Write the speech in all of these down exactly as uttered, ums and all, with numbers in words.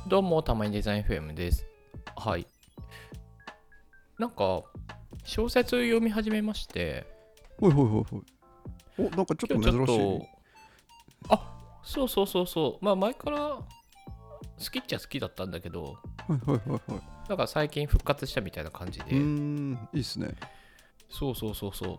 どうも、たまにデザイン エフエム です。はい。なんか、小説読み始めまして、 ほいほいほいほい。お、なんかちょっと今日ちょっ珍しい。 と、あ、そうそうそうそう、まあ前から好きっちゃ好きだったんだけど、 はいはいはいはい。 なんか最近復活したみたいな感じうーで、 ん、いいっすね。 そうそうそうそう。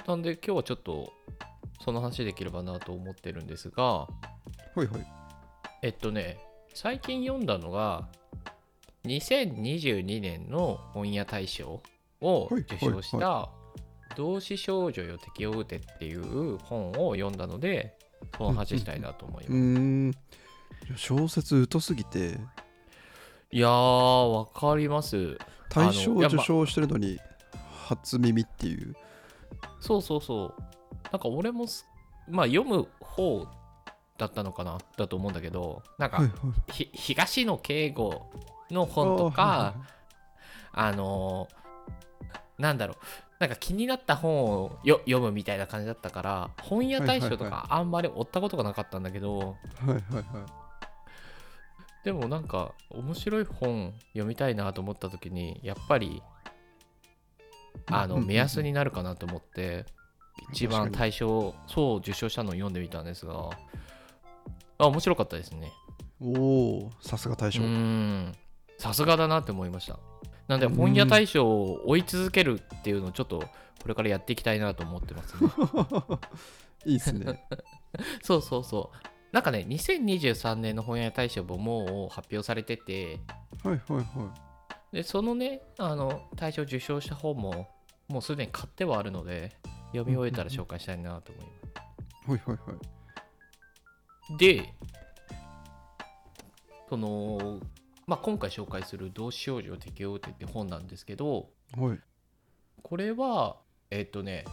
なんで今日はちょっと、その話できればなと思ってるんですが、 はいはい。 えっとね、最近読んだのが、にせんにじゅうにねんの本屋大賞をはい受はいはい。 賞した同志少女よ敵を撃てっていう本を読んだので、そのうんうん話したいなと思いうます。 ん。うーん。小説疎すぎて、 いやー、わかります。 大あの、いや、ま、 賞受賞してるのに初耳っていう。 そうそうそう。なんか俺もす、まあ読む方だったのかなだと思うんだけど、なんか、 はいはい。 ひ東野圭吾の本とああ、はいはいはか、あのーなんだろう、なんか気になった本をよ読むみたいな感じだったから、本屋い。はい大はいはい。 賞とかあんまり追ったことがなかったんだけど、 はいはいはい。 でもなんか面白い本読みたいなと思った時に、やっぱりあの目うんうんうんうん。 安になるかなと思って、一番確かに。 大賞、そう受賞したのを読んでみたんですが、あ、面白かったですね。 おお、さすが大うー賞。 ん、さすがだなって思いました。なんうーで本屋ん。 大賞を追い続けるっていうのをちょっとこれからやっていきたいなと思ってますね。 いいっすね。 そうそうそう。なんかね、にせんにじゅうさんねんの本屋大賞ももう発表されてて、 はいはいはで、そのね、あの、大賞受賞した本も、もうすでに買ってはあるので、読い。うんみ終えうんうん。 たら紹介したいなと思いまはいはいはい。 す。で、その、まあ、今回紹介する同志少女適応ってって本なんですけど、 はい。 これは、えっとね、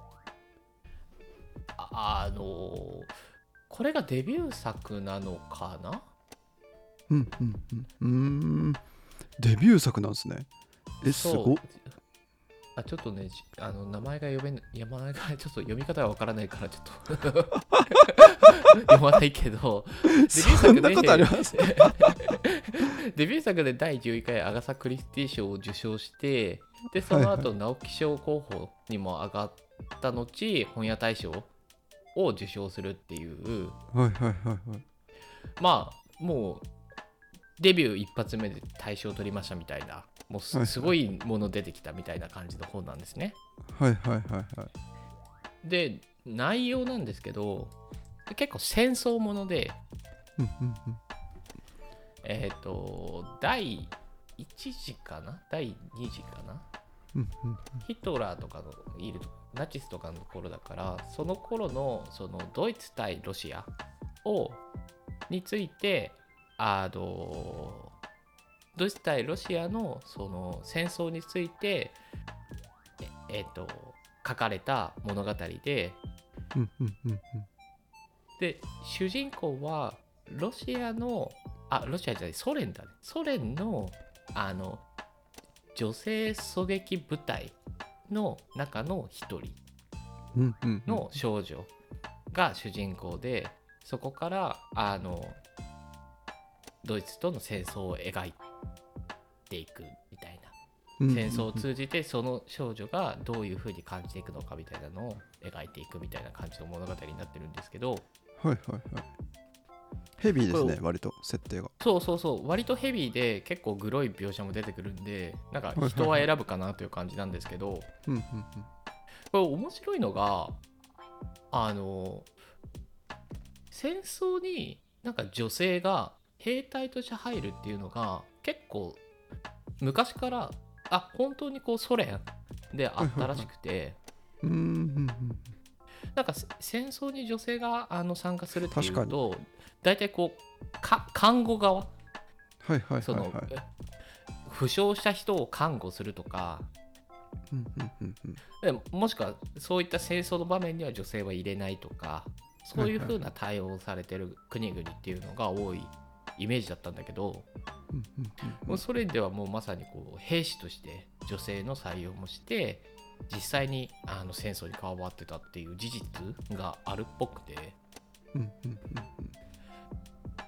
あ、あの、これがデビュー作なのかな。 うんうんうん。うーん。デビュー作なんですね。え、すそう。 ごっ。 あ、ちょっとね、じあの名前が読めん、名前がちょっと読み方がわからないからちょっと読まないけど、デビュー作で、 そんなことあります？ デビュー作でだいじゅういっかいアガサ・クリスティ賞を受賞して、で、そはいはい。 の後、直木賞候補にも上がった後、本屋大賞を受賞するっていう、 はいはいはいはい。 まあ、もう、デビュー一発目で大賞を取りましたみたいな、もうすはいすごいもの出てきたみたいな感じの本なんですね。 はいはいはいはい。 で、内容なんですけど、結構戦争もので、 うんうんうん。 えっ、と、だいいち次かなだいに次かなうんうんヒトラーとかのいる、ナチスとかの頃だから、その頃のそのドイツ対ロシアをについて、あの、ドイツ対ロシアのその戦争について、えっ、と、書かれた物語で、 うんうんうんうん。 で、主人公はロシアの、あ、ロシアじゃない、ソ連だね。ソ連の、あの、女性狙撃部隊の中の一人うんうんうん。 の少女が主人公で、そこからあのドイツとの戦争を描いていくみたいな、 うんうんうん。 戦争を通じてその少女がどういう風に感じていくのかみたいなのを描いていくみたいな感じの物語になってるんですけど、 はいはいはい。ヘビーですね、 これ割と設定が。 そうそうそう、割とヘビーで結構グロい描写も出てくるんで、なんかはいはい人ははい。 選ぶかなという感じなんですけど、 うんうんこれ面白いのが、あの戦争になんか女性が兵隊として入るっていうのが結構昔からあ本当にこうソ連であったらしくて、 うん。うんうんうん。 なんか戦争に女性があの参加するってい確かに。 うと大体こうか看護側、 はいはいそのはいはい。 負傷した人を看護するとか、 うんうんうんうん。 でもしくはそういった戦争の場面には女性は入れないとか、そういう風な対応をされてる国々っていうのが多いイメージだったんだけど、 うんうんうんもうソ連ではもうまさにこう兵士として女性の採用もして実際にあの戦争に関わってたっていう事実があるっぽくて、 うんうんうんうん。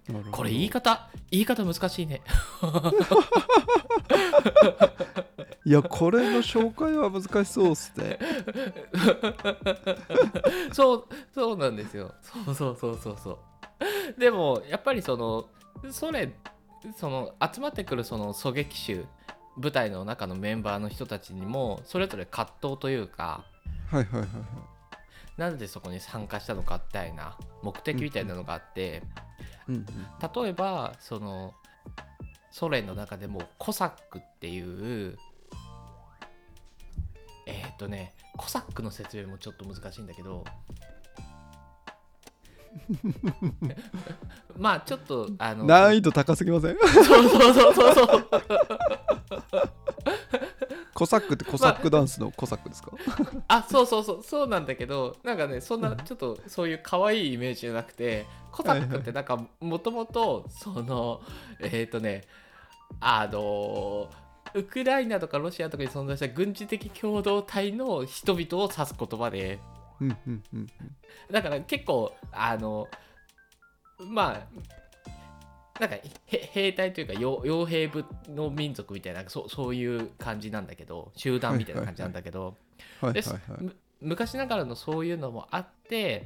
なるほど。 これ言い方言い方難しいね。 いやこれの紹介は難しそうっすね。 そうそうなんですよ。そうそうそうそうそう。でもやっぱりそのソ連その集まってくるその狙撃手部隊の中のメンバーの人たちにもそれぞれ葛藤というか、 はいはいはいはい。 なぜそこに参加したのかみたいな目的みたいなのがあって、 うんうん、 例えばそのソ連の中でもコサックっていうえーっとねコサックの説明もちょっと難しいんだけどまあちょっとあの難易度高すぎません？ そうそうそうそうそうコサックってコサックダンスのコサックですか？ あ、そうそうそうそうなんだけど、なんかねそんなちょっとそういう可愛いイメージじゃなくて、コサックってなんかもともとそのえっとねあのウクライナとかロシアとかに存在した軍事的共同体の人々を指す言葉で、 うんうんうんだから結構あのまあなんか兵隊というか傭兵部の民族みたいな そ, そういう感じなんだけど、集団みたいな感じなんだけど、昔ながらのそういうのもあって、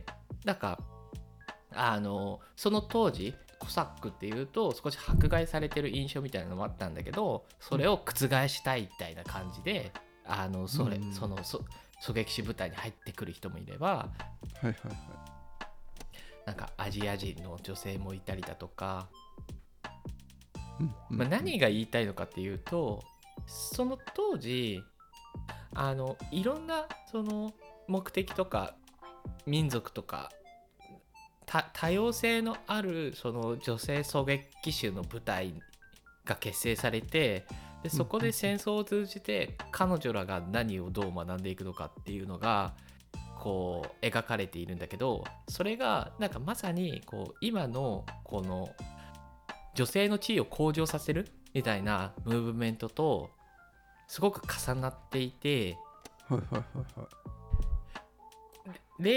なんかあのその当時コサックっていうと少し迫害されてる印象みたいなのもあったんだけど、それを覆したいみたいな感じで、あのそれ、うん、そのそ狙撃手部隊に入ってくる人もいれば、 はいはいはい、 なんかアジア人の女性もいたりだとか、 うんうんうん、 まあ、何が言いたいのかっていうと、その当時あのいろんなその目的とか民族とか多様性のあるその女性狙撃手の部隊が結成されて、でそこで戦争を通じて彼女らが何をどう学んでいくのかっていうのがこう描かれているんだけど、それがなんかまさにこう今のこの女性の地位を向上させるみたいなムーブメントとすごく重なっていて、 はいはいはいはい 、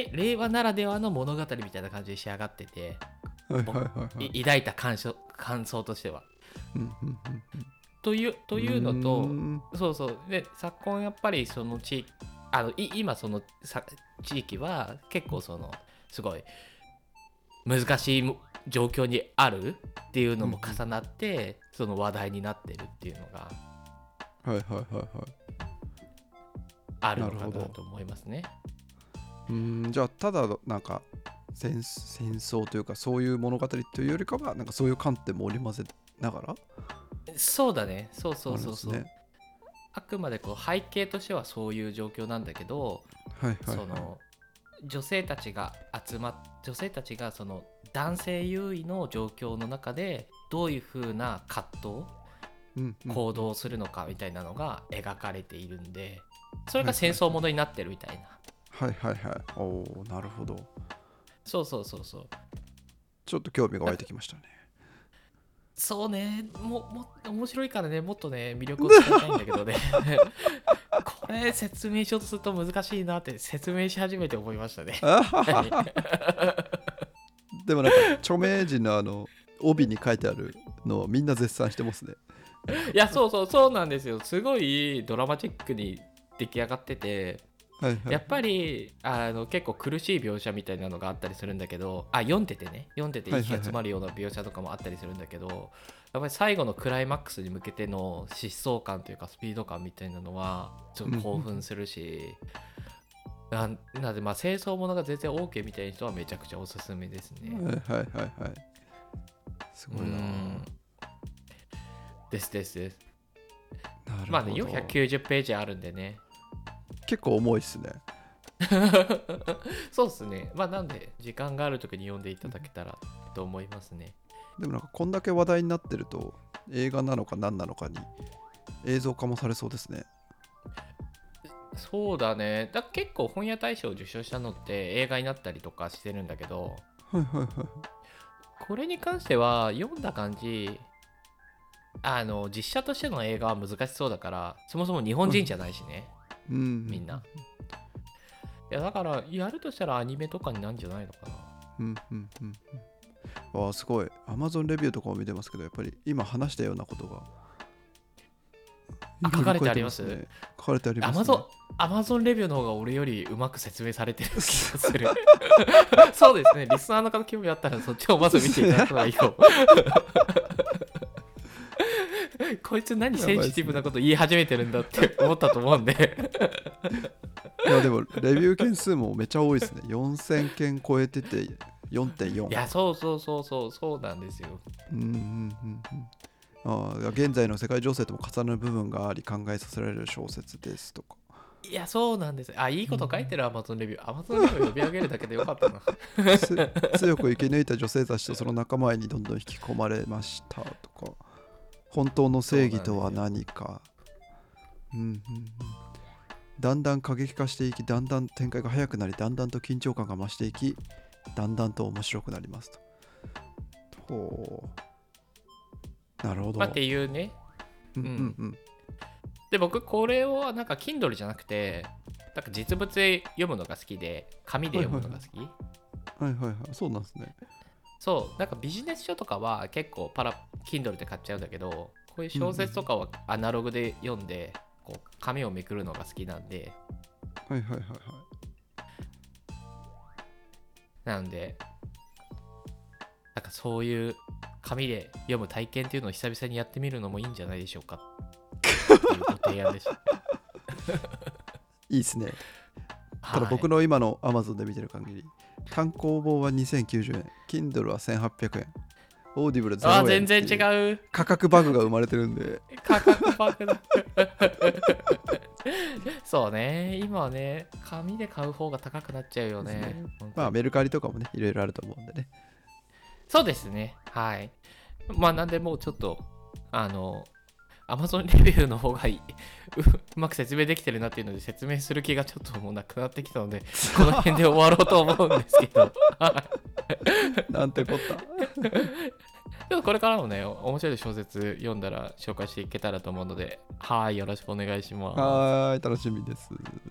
令和ならではの物語みたいな感じで仕上がってて、 はいはいはいはい、 抱いた感想、感想としては、 うんうんうんうん、 というというのと、そうそうで昨今やっぱりその地域あの今その地域は結構そのすごい難しい状況にあるっていうのも重なって、うんうん、その話題になってるっていうのがはいはいはいはいあるのかなと思いますね。 うーん、じゃあただなんか 戦, 戦争というかそういう物語というよりかはなんかそういう観点も織り交ぜながら、 そうだね、そうそうそうそう、 ね、 あくまでこう背景としてはそういう状況なんだけど、 はいはいはい、 その女性たちが集まっ女性たちがその男性優位の状況の中でどういう風な葛藤、うんうん、行動するのかみたいなのが描かれているんで、それが戦争ものになってるみたいな。 はいはいはい、おー、なるほど。 そうそうそうそう。 ちょっと興味が湧いてきましたね。 そうね、もも面白いからね、もっとね魅力を伝えたいんだけどねこれ説明しようとすると難しいなって説明し始めて思いましたねでもなんか著名人のあの帯に書いてあるのをみんな絶賛してますね。 いやそうそうそうなんですよ。すごいドラマチックに出来上がってて、はいはい、やっぱりあの結構苦しい描写みたいなのがあったりするんだけど、あ読んでてね読んでて息が詰まるような描写とかもあったりするんだけど、はいはいはい、やっぱり最後のクライマックスに向けての疾走感というかスピード感みたいなのはちょっと興奮するし、うん、な, なのでまあ清掃ものが全然 OK みたいな人はめちゃくちゃおすすめですね。 はいはいはいはい、すごいな。 ですですです。 なるほど。 まあねよんひゃくきゅうじゅうページあるんでね、 結構重いっすねそうっすね。まあなんで時間がある時に読んでいただけたらと思いますね。 でもなんかこんだけ話題になってると映画なのか何なのかに映像化もされそうですね。 そうだね。だ結構本屋大賞を受賞したのって映画になったりとかしてるんだけど、 はいはいはい、 これに関しては読んだ感じ、あの実写としての映画は難しそうだから、そもそも日本人じゃないしね、 うん、 みんな。いやだからやるとしたらアニメとかになるんじゃないのかな。 うんうんうんうん。わあすごい、あ Amazon レビューとかも見てますけど、やっぱり今話したようなことがあ書かれてあります？ 書かれてあります、ね。 Amazon Amazon レビューの方が俺よりうまく説明されてる気がする。そうですね。リスナーの方興味あったらそっちをまず見ていただくのがいいよ。こいつ何センシティブなこと言い始めてるんだって思ったと思うんで。 いやでもレビュー件数もめちゃ多いですね。よんせんけん超えてて よんてんよん。 いやそうそうそうそうそうなんですよ。 うんうんうんうん。ああ、現在の世界情勢とも重なる部分があり考えさせられる小説ですとか。 いやそうなんです。あ、いいこと書いてる Amazon レビュー。Amazon レビュー呼び上げるだけでよかったな。 強く生き抜いた女性たちとその仲間にどんどん引き込まれましたとか。本当の正義とは何か。うんうんうん。だんだん過激化していき、だんだん展開が早くなり、だんだんと緊張感が増していき、だんだんと面白くなりますと。ほう。なるほど。 まあ、っていうね。 うんうんうん。 で、僕、これをなんか Kindle じゃなくて、なんか実物で読むのが好きで、紙で読むのが好き。 はいはいはい。そうなんですね。 そう、なんかビジネス書とかは結構パラ Kindle で買っちゃうんだけど、こういう小説とかはアナログで読んで、こう紙をめくるのが好きなんで。 はいはいはいはい。 なので、なんかそういう紙で読む体験っていうのを久々にやってみるのもいいんじゃないでしょうかっていうご提案でした。 いいですね。ただ僕の今の Amazon で見てる限り、単行本はにせんきゅうじゅうえん、Kindle はせんはっぴゃくえん、オーディブルゼロえん。 あ、全然違う。 価格バグが生まれてるんで。 価格バグだ。そうね、今はね、紙で買う方が高くなっちゃうよね。 ね、まあメルカリとかもね、いろいろあると思うんでね。 そうですね。はい。まあなんでもうちょっと、あの、Amazon レビューの方がいい。う, うまく説明できてるなっていうので説明する気がちょっともうなくなってきたので、この辺で終わろうと思うんですけど。 なんてこった。 ちょっとこれからもね、面白い小説読んだら紹介していけたらと思うので、はい、よろしくお願いします。 はい、楽しみです。